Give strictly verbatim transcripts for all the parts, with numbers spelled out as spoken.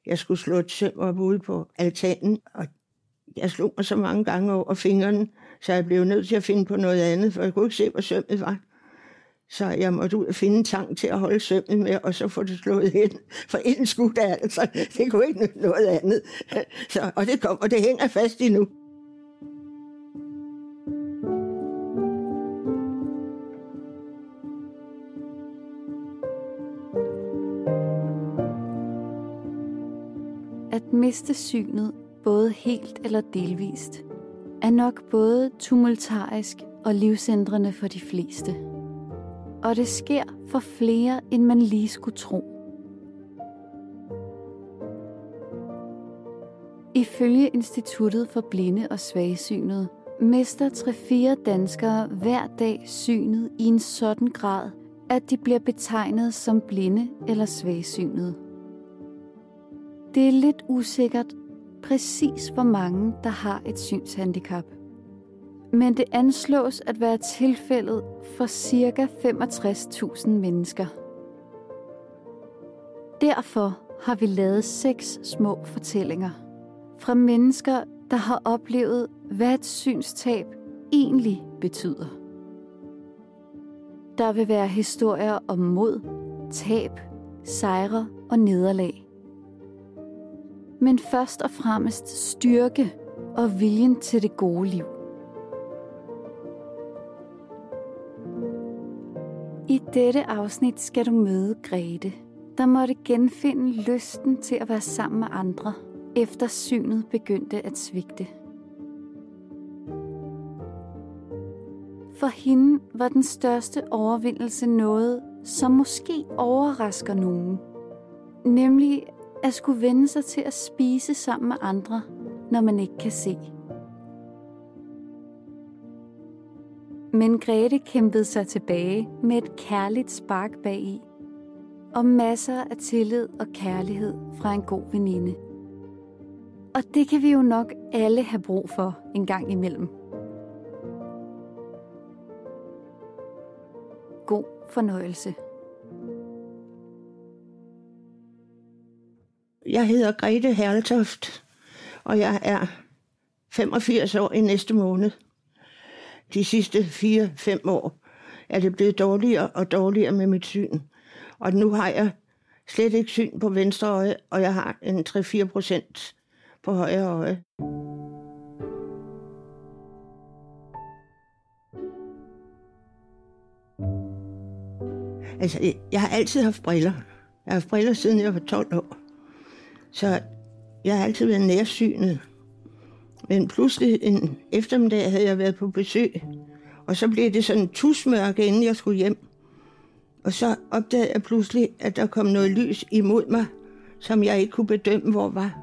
jeg skulle slå et søm op ude på altanen, og jeg slog mig så mange gange over fingrene, så jeg blev nødt til at finde på noget andet, for jeg kunne ikke se, hvor sømmet var. Så jeg måtte ud og finde en tang til at holde sømmet med, og så få det slået hen. For inden skulle det altså, det kunne ikke noget andet. Så, og det kom, og det hænger fast endnu. At miste synet, både helt eller delvist, er nok både tumultarisk og livsændrende for de fleste. Og det sker for flere, end man lige skulle tro. Ifølge Instituttet for Blinde og Svagsynede mister tre fire danskere hver dag synet i en sådan grad, at de bliver betegnet som blinde eller svagsynede. Det er lidt usikkert præcis hvor mange, der har et synshandicap. Men det anslås at være tilfældet for ca. femogtres tusind mennesker. Derfor har vi lavet seks små fortællinger fra mennesker, der har oplevet, hvad et synstab egentlig betyder. Der vil være historier om mod, tab, sejre og nederlag. Men først og fremmest styrke og viljen til det gode liv. I dette afsnit skal du møde Grete, der måtte genfinde lysten til at være sammen med andre, efter synet begyndte at svigte. For hende var den største overvindelse noget, som måske overrasker nogen. Nemlig at skulle vende sig til at spise sammen med andre, når man ikke kan se. Men Grete kæmpede sig tilbage med et kærligt spark bagi, og masser af tillid og kærlighed fra en god veninde. Og det kan vi jo nok alle have brug for en gang imellem. God fornøjelse. Jeg hedder Grete Herletoft, og jeg er femogfirs år i næste måned. De sidste fire fem år er det blevet dårligere og dårligere med mit syn. Og nu har jeg slet ikke syn på venstre øje, og jeg har en tre til fire procent på højre øje. Altså, jeg har altid haft briller. Jeg har haft briller siden jeg var tolv år. Så jeg har altid været nærsynet. Men pludselig en eftermiddag havde jeg været på besøg, og så blev det sådan en tusmørke, inden jeg skulle hjem. Og så opdagede jeg pludselig, at der kom noget lys imod mig, som jeg ikke kunne bedømme, hvor var.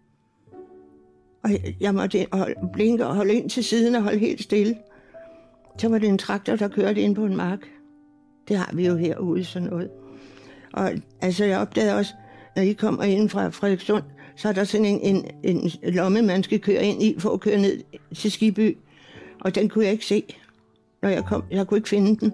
Og jeg måtte holde, blinke og holde ind til siden og holde helt stille. Så var det en traktor, der kørte ind på en mark. Det har vi jo herude, sådan noget. Og altså, jeg opdagede også, når I kommer ind fra Frederikssund, så er der sådan en, en, en lomme, man skal køre ind i, for at køre ned til Skiby. Og den kunne jeg ikke se, når jeg kom. Jeg kunne ikke finde den.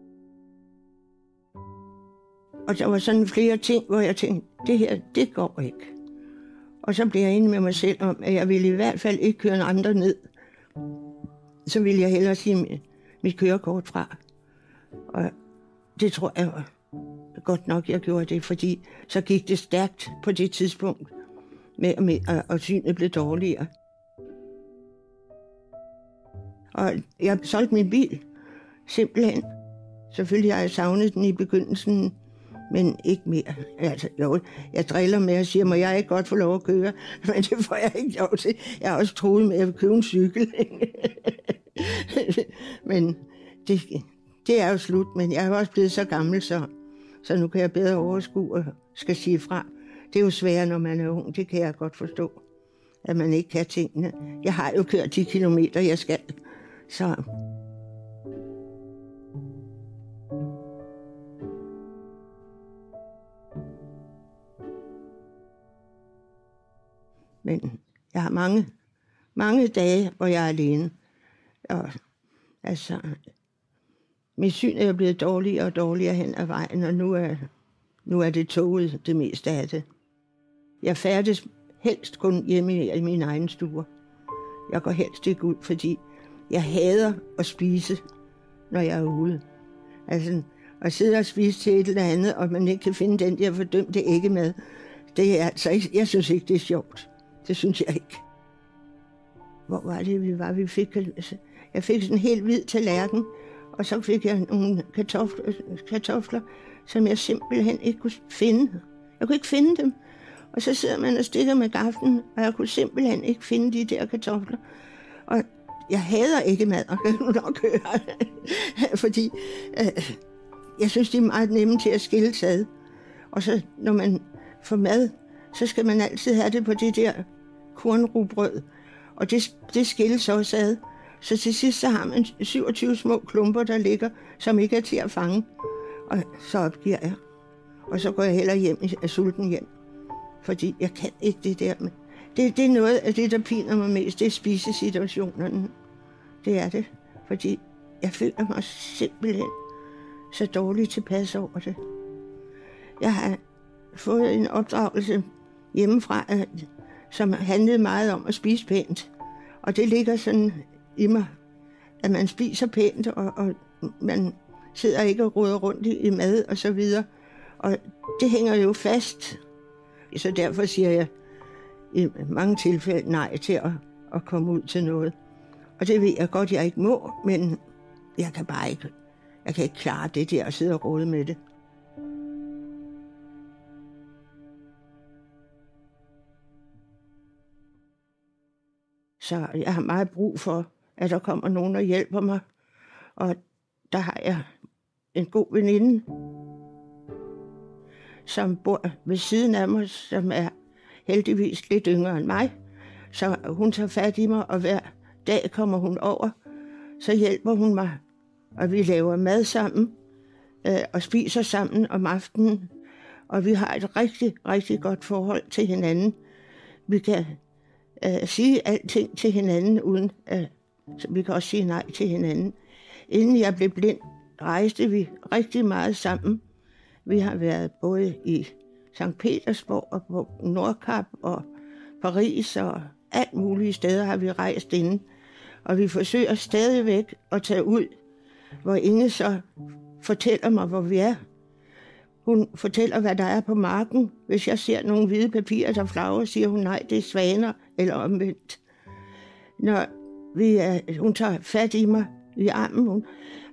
Og der var sådan flere ting, hvor jeg tænkte, det her, det går ikke. Og så blev jeg enig med mig selv om, at jeg ville i hvert fald ikke køre en andre ned. Så ville jeg hellere sige mit, mit kørekort fra. Og det tror jeg var godt nok, jeg gjorde det, fordi så gik det stærkt på det tidspunkt, med, med at, og synet blev dårligere. Og jeg solgte min bil, simpelthen. Selvfølgelig har jeg savnet den i begyndelsen, men ikke mere. Altså, jo, jeg driller med og siger, må jeg ikke godt få lov at køre, men det får jeg ikke lov til. Jeg har også troet med at købe en cykel. Men det, det er jo slut, men jeg er også blevet så gammel, så, så nu kan jeg bedre overskue og skal sige fra. Det er jo svært, når man er ung, det kan jeg godt forstå, at man ikke kan tingene. Jeg har jo kørt de kilometer, jeg skal, så... Men jeg har mange, mange dage, hvor jeg er alene. Og, altså, mit syn er blevet dårligere og dårligere hen ad vejen, og nu er, nu er det toget det meste af det. Jeg færdes helst kun hjemme i min egen stue. Jeg går helst ikke ud, fordi jeg hader at spise, når jeg er ude. Altså, at sidde og spise til et eller andet, og man ikke kan finde den der fordømte æggemad, det er altså ikke, jeg synes ikke, det er sjovt. Det synes jeg ikke. Hvor var det, vi var? Vi fik, jeg fik sådan en helt hvid tallerken, og så fik jeg nogle kartofler, kartofler, som jeg simpelthen ikke kunne finde. Jeg kunne ikke finde dem. Og så sidder man og stikker med gaflen, og jeg kunne simpelthen ikke finde de der kartofler. Og jeg hader ikke mad, og kan du nok høre. Fordi øh, jeg synes, de er meget nemme til at skille ad. Og så når man får mad, så skal man altid have det på det der kornrugbrød. Og det, det skilles også ad. Så til sidst så har man syvogtyve små klumper, der ligger, som ikke er til at fange. Og så opgiver jeg. Og så går jeg heller hjem, er sulten hjem. Fordi jeg kan ikke det der. Det, det er noget af det, der piner mig mest, det er spisesituationerne. Det er det. Fordi jeg føler mig simpelthen så dårligt tilpas over det. Jeg har fået en opdragelse hjemmefra, som handlede meget om at spise pænt. Og det ligger sådan i mig, at man spiser pænt, og, og man sidder ikke og roder rundt i, i mad og så videre. Og det hænger jo fast. Så derfor siger jeg i mange tilfælde nej til at, at komme ud til noget. Og det ved jeg godt, jeg ikke må, men jeg kan bare ikke, jeg kan ikke klare det der at sidde og rode med det. Så jeg har meget brug for, at der kommer nogen og hjælper mig. Og der har jeg en god veninde, som bor ved siden af mig, som er heldigvis lidt yngre end mig. Så hun tager fat i mig, og hver dag kommer hun over. Så hjælper hun mig, og vi laver mad sammen, øh, og spiser sammen om aftenen. Og vi har et rigtig, rigtig godt forhold til hinanden. Vi kan øh, sige alting til hinanden, uden at så vi kan også sige nej til hinanden. Inden jeg blev blind, rejste vi rigtig meget sammen. Vi har været både i Sankt Petersborg og på Nordkap og Paris og alt mulige steder har vi rejst inden. Og vi forsøger stadigvæk at tage ud, hvor Inge så fortæller mig, hvor vi er. Hun fortæller, hvad der er på marken. Hvis jeg ser nogle hvide papirer, der flagrer, siger hun, nej, det er svaner eller omvendt. Når vi er, hun tager fat i mig i armen. Hun,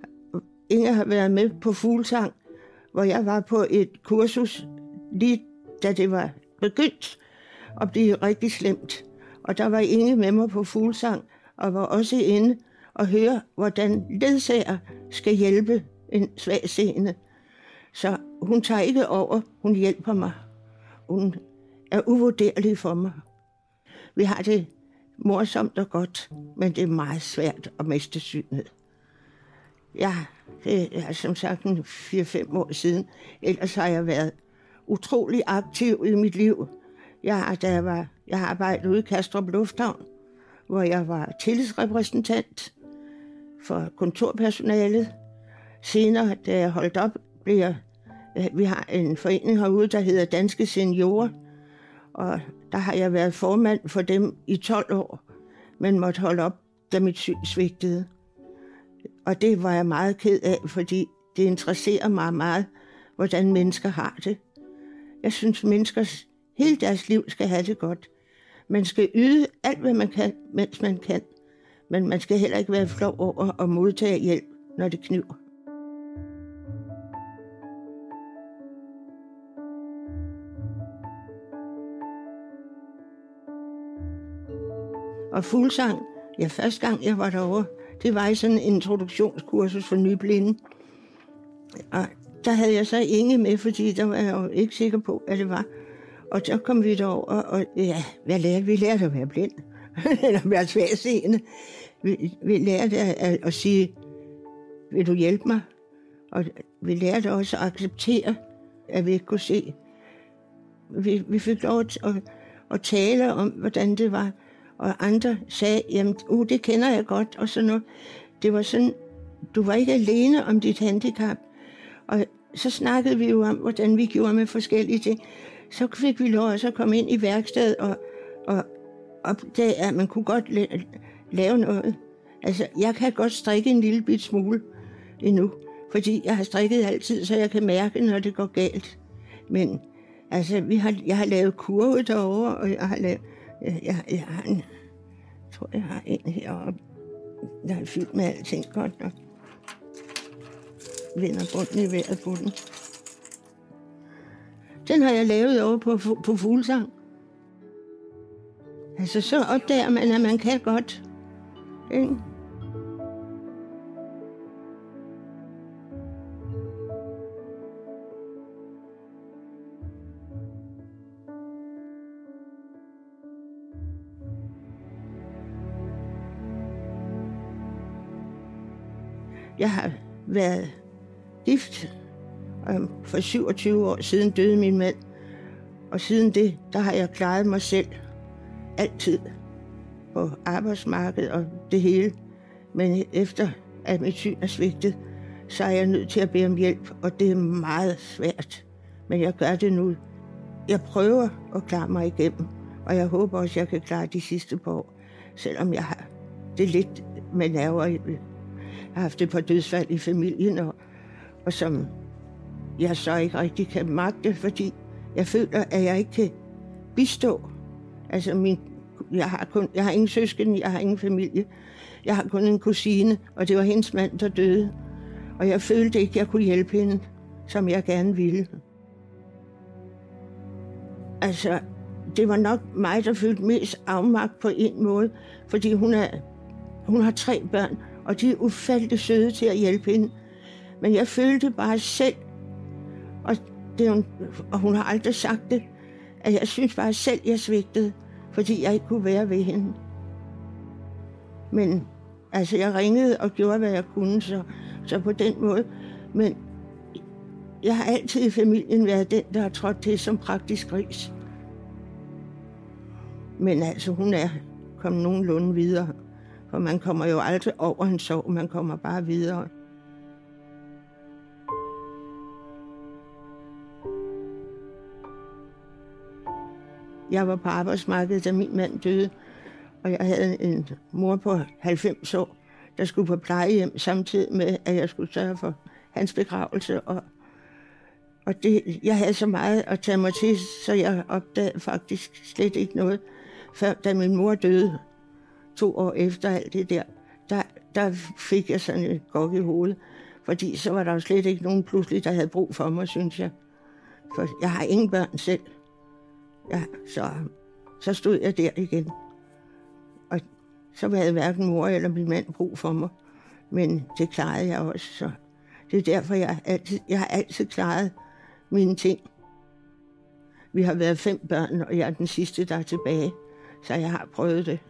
Inge har været med på fuglesang, hvor jeg var på et kursus, lige da det var begyndt at blive rigtig slemt. Og der var Inge med mig på fuglesang, og var også inde og høre, hvordan ledsager skal hjælpe en svagseende. Så hun tager ikke over, hun hjælper mig. Hun er uvurderlig for mig. Vi har det morsomt og godt, men det er meget svært at miste synet. Ja, det er som sagt en fire fem år siden. Ellers har jeg været utrolig aktiv i mit liv. Jeg har, da jeg, var, jeg har arbejdet ude i Kastrup Lufthavn, hvor jeg var tillidsrepræsentant for kontorpersonalet. Senere, da jeg holdt op, blev jeg, vi har en forening herude, der hedder Danske Seniorer, og der har jeg været formand for dem i tolv år, men måtte holde op, da mit syn svigtede. Og det var jeg meget ked af, fordi det interesserer mig meget, hvordan mennesker har det. Jeg synes, mennesker hele deres liv skal have det godt. Man skal yde alt, hvad man kan, mens man kan. Men man skal heller ikke være flov over at modtage hjælp, når det kniver. Og fuglesang, ja, første gang jeg var derovre, det var i sådan en introduktionskursus for nyblinde. Og der havde jeg så Inge med, fordi der var jeg jo ikke sikker på, hvad det var. Og så kom vi derover, og ja, hvad lærte vi? Vi lærte at være blind, eller være svagseende. Vi, vi lærte at, at sige, vil du hjælpe mig? Og vi lærte også at acceptere, at vi ikke kunne se. Vi, vi fik lov at, at, at tale om, hvordan det var. Og andre sagde, jamen, uh, det kender jeg godt, og sådan noget. Det var sådan, du var ikke alene om dit handicap. Og så snakkede vi jo om, hvordan vi gjorde med forskellige ting. så fik vi lov også at komme ind i værkstedet og, og opdage, at man kunne godt la- lave noget. Altså, jeg kan godt strikke en lille bit smule endnu, fordi jeg har strikket altid, så jeg kan mærke, når det går galt. Men altså, vi har, jeg har lavet kurve derovre, og jeg har lavet, jeg, jeg, jeg har en, jeg tror, jeg har en heroppe, der er fyldt med alting godt nok. Vender bunden i vejret på den. Den har jeg lavet over på, på Fuglsang. Altså, så opdager man, at man kan godt. Ikke? Jeg har været gift, og for syvogtyve år siden døde min mand. Og siden det, der har jeg klaret mig selv altid på arbejdsmarkedet og det hele. Men efter at mit syn er svigtet, så er jeg nødt til at bede om hjælp, og det er meget svært. Men jeg gør det nu. Jeg prøver at klare mig igennem, og jeg håber også, at jeg kan klare de sidste par år, selvom jeg har det lidt med nerver. Jeg har haft et par dødsfald i familien, og, og som jeg så ikke rigtig kan magte, fordi jeg føler, at jeg ikke kan bistå. Altså, min, jeg, har kun, jeg har ingen søskende, jeg har ingen familie. Jeg har kun en kusine, og det var hendes mand, der døde. Og jeg følte ikke, at jeg kunne hjælpe hende, som jeg gerne ville. Altså, det var nok mig, der følte mest afmagt på en måde, fordi hun, er, hun har tre børn, og de er ufatteligt søde til at hjælpe hende. Men jeg følte bare selv, og, det, og hun har aldrig sagt det, at jeg synes bare selv, jeg svigtede, fordi jeg ikke kunne være ved hende. Men altså, jeg ringede og gjorde, hvad jeg kunne, så, så på den måde. Men jeg har altid i familien været den, der har trådt til som praktisk gris. Men altså, hun er kommet nogenlunde videre. For man kommer jo aldrig over en sorg, man kommer bare videre. Jeg var på arbejdsmarkedet, da min mand døde, og jeg havde en mor på halvfems år, der skulle på plejehjem, samtidig med, at jeg skulle sørge for hans begravelse. Og, og det, jeg havde så meget at tage mig til, så jeg opdagede faktisk slet ikke noget, før da min mor døde. To år efter alt det der, der, der fik jeg sådan et gok i hovedet. Fordi så var der jo slet ikke nogen pludselig, der havde brug for mig, synes jeg. For jeg har ingen børn selv. Ja, så, så stod jeg der igen. Og så havde hverken mor eller min mand brug for mig. Men det klarede jeg også. Så det er derfor, jeg altid, jeg har altid klaret mine ting. Vi har været fem børn, og jeg er den sidste, der er tilbage. Så jeg har prøvet det.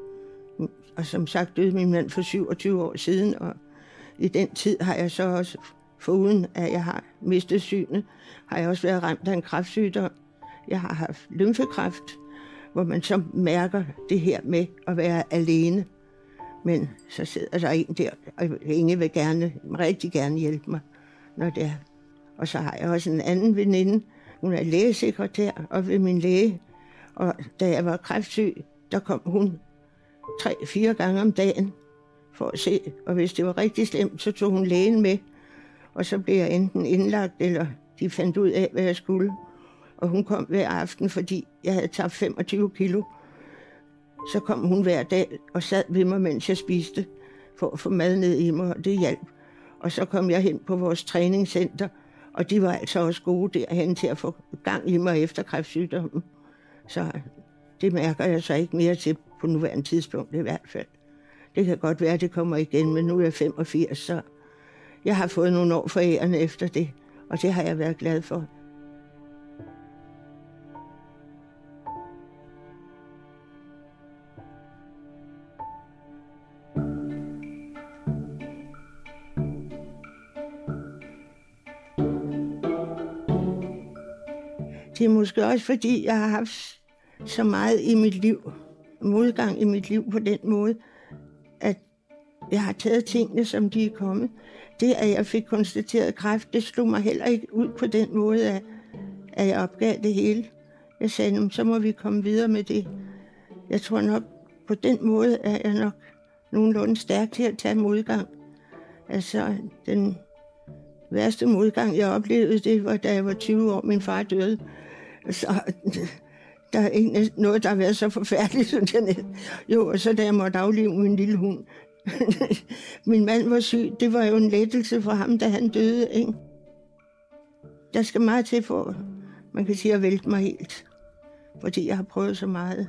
Og som sagt døde min mand for syvogtyve år siden, og i den tid har jeg så også, foruden at jeg har mistet synet, har jeg også været ramt af en kræftsygdom. Jeg har haft lymfekræft, hvor man så mærker det her med at være alene. Men så sidder der en der, og ingen vil gerne, rigtig gerne hjælpe mig, når det er. Og så har jeg også en anden veninde, hun er lægesekretær og ved min læge. Og da jeg var kræftsyg, der kom hun tre-fire gange om dagen for at se. Og hvis det var rigtig slemt, så tog hun lægen med. Og så blev jeg enten indlagt, eller de fandt ud af, hvad jeg skulle. Og hun kom hver aften, fordi jeg havde tabt femogtyve kilo. Så kom hun hver dag og sad ved mig, mens jeg spiste, for at få mad ned i mig, og det hjalp. Og så kom jeg hen på vores træningscenter, og de var altså også gode derhen til at få gang i mig efter kræftsygdommen. Så det mærker jeg så ikke mere til på nuværende tidspunkt i hvert fald. Det kan godt være, at det kommer igen, men nu er jeg femogfirs, så jeg har fået nogle år for ærende efter det, og det har jeg været glad for. Det er måske også, fordi jeg har haft så meget i mit liv, modgang i mit liv på den måde, at jeg har taget tingene, som de er kommet. Det, at jeg fik konstateret kræft, det slog mig heller ikke ud på den måde, at, at jeg opgav det hele. Jeg sagde, så må vi komme videre med det. Jeg tror nok, på den måde er jeg nok nogenlunde stærk til at tage modgang. Altså, den værste modgang, jeg oplevede, det var, da jeg var tyve år, min far døde. Så der er ikke noget, der har været så forfærdeligt, synes jeg. Jo, og så da jeg måtte aflive min lille hund. Min mand var syg. Det var jo en lettelse for ham, da han døde, ikke? Der skal meget til for, man kan sige, at vælte mig helt. Fordi jeg har prøvet så meget.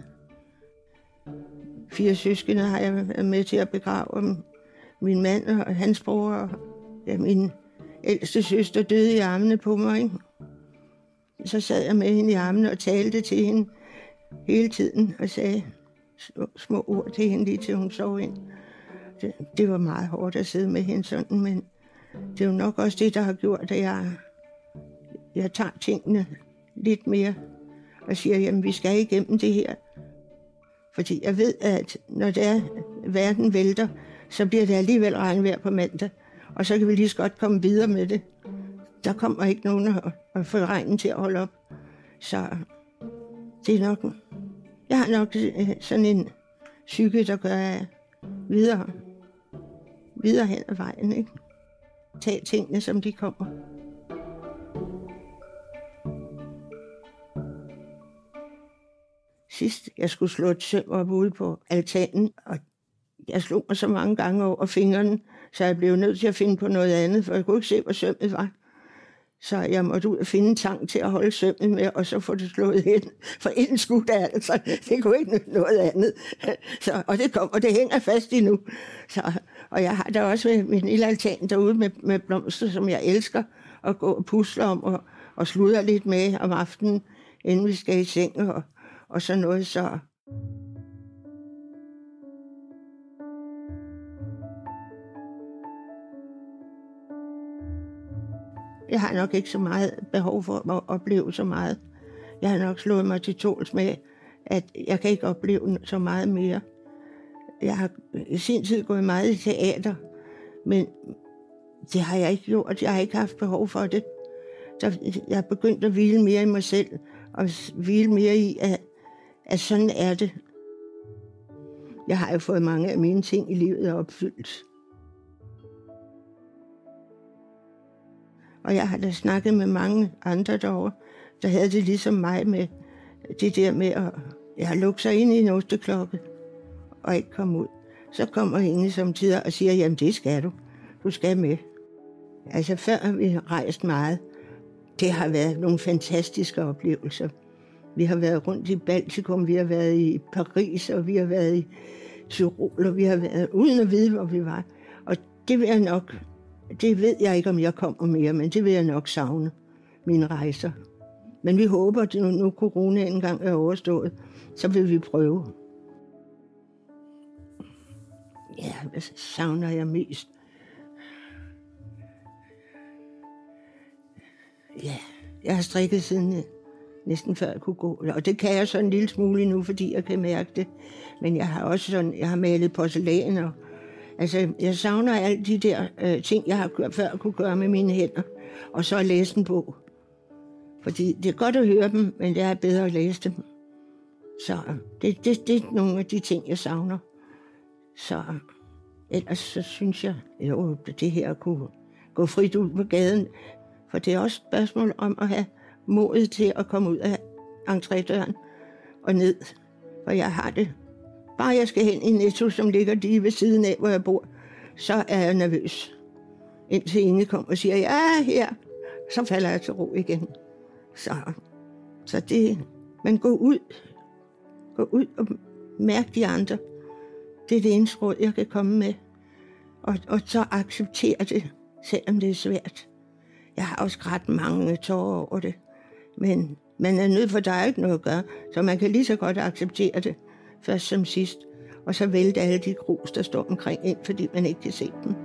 Fire søskende har jeg været med til at begrave. Min mand og hans bror og ja, min ældste søster døde i armene på mig, ikke? Så sad jeg med hende i armene og talte til hende hele tiden og sagde små ord til hende, lige til hun sov ind. Det, det var meget hårdt at sidde med hende sådan, men det er jo nok også det, der har gjort, at jeg, jeg tager tingene lidt mere og siger, jamen vi skal igennem det her. Fordi jeg ved, at når det er, verden vælter, så bliver det alligevel regnvejr på mandag, og så kan vi lige så godt komme videre med det. Der kommer ikke nogen at, at få regnen til at holde op. Så det er nok, jeg har nok sådan en psyke, der gør videre, videre hen ad vejen, ikke? Tag tingene, som de kommer. Sidst jeg skulle slå et søm op ude på altanen, og jeg slog mig så mange gange over fingrene, så jeg blev nødt til at finde på noget andet, for jeg kunne ikke se, hvor sømmet var. Så jeg måtte ud og finde en tang til at holde sømmet med, og så få det slået hen. For inden skulle det altså, det kunne ikke noget andet. Så, og det kom, og det hænger fast endnu. Så, og jeg har da også min lille altan derude med, med blomster, som jeg elsker at gå og pusle om, og, og sludre lidt med om aftenen, inden vi skal i seng, og, og sådan noget, så... Jeg har nok ikke så meget behov for at opleve så meget. Jeg har nok slået mig til tåls med, at jeg kan ikke opleve så meget mere. Jeg har i sin tid gået meget i teater, men det har jeg ikke gjort. Jeg har ikke haft behov for det. Så jeg har begyndt at hvile mere i mig selv, og hvile mere i, at, at sådan er det. Jeg har jo fået mange af mine ting i livet opfyldt. Og jeg har da snakket med mange andre derovre, der havde det ligesom mig med det der med at jeg har lukket sig ind i en osteklokke og ikke komme ud. Så kommer Inge som tider og siger, jamen det skal du. Du skal med. Altså før har vi rejst meget. Det har været nogle fantastiske oplevelser. Vi har været rundt i Baltikum, vi har været i Paris, og vi har været i Tyrol, og vi har været uden at vide, hvor vi var. Og det vil jeg nok... Det ved jeg ikke, om jeg kommer mere, men det vil jeg nok savne, mine rejser. Men vi håber, at nu, nu corona engang er overstået, så vil vi prøve. Ja, hvad savner jeg mest? Ja, jeg har strikket siden næsten før jeg kunne gå. Og det kan jeg sådan en lille smule nu, fordi jeg kan mærke det. Men jeg har også sådan, jeg har malet porcelæn og altså, jeg savner alle de der øh, ting, jeg har gjort, før kunne gøre med mine hænder. Og så at læse en bog. Fordi det er godt at høre dem, men det er bedre at læse dem. Så det, det, det er nogle af de ting, jeg savner. Så ellers så synes jeg, jo, det her kunne gå frit ud på gaden. For det er også et spørgsmål om at have modet til at komme ud af entrédøren og ned. For jeg har det. Bare jeg skal hen i Netto, som ligger lige ved siden af, hvor jeg bor, så er jeg nervøs. Indtil Inge kommer og siger, ja, her, så falder jeg til ro igen. Så, så det, man går ud, gå ud og mærk de andre. Det er det eneste råd, jeg kan komme med. Og, og så acceptere det, selvom det er svært. Jeg har også grædt mange tårer over det. Men man er nødt for, der er ikke noget at gøre, så man kan lige så godt acceptere det. Først som sidst, og så vælte alle de grus, der står omkring ind, fordi man ikke kan se dem.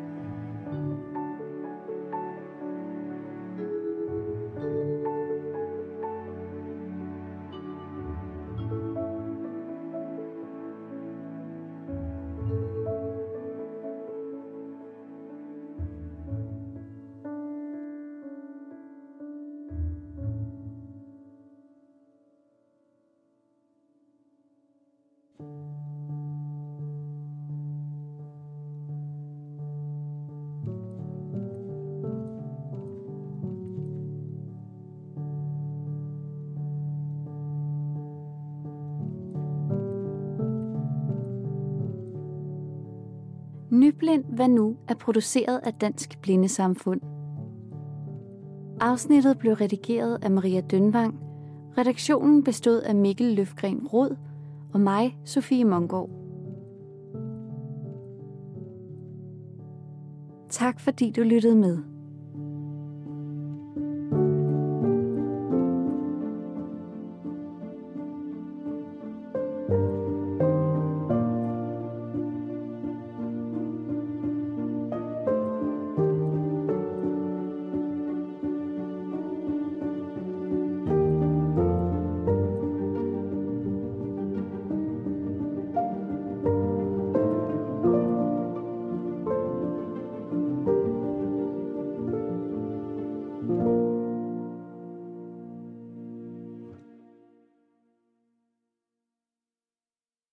Nyblind hvad nu er produceret af Dansk Blindesamfund. Afsnittet blev redigeret af Maria Dønvang. Redaktionen bestod af Mikkel Løfgren Rod og mig, Sofie Mongård. Tak fordi du lyttede med.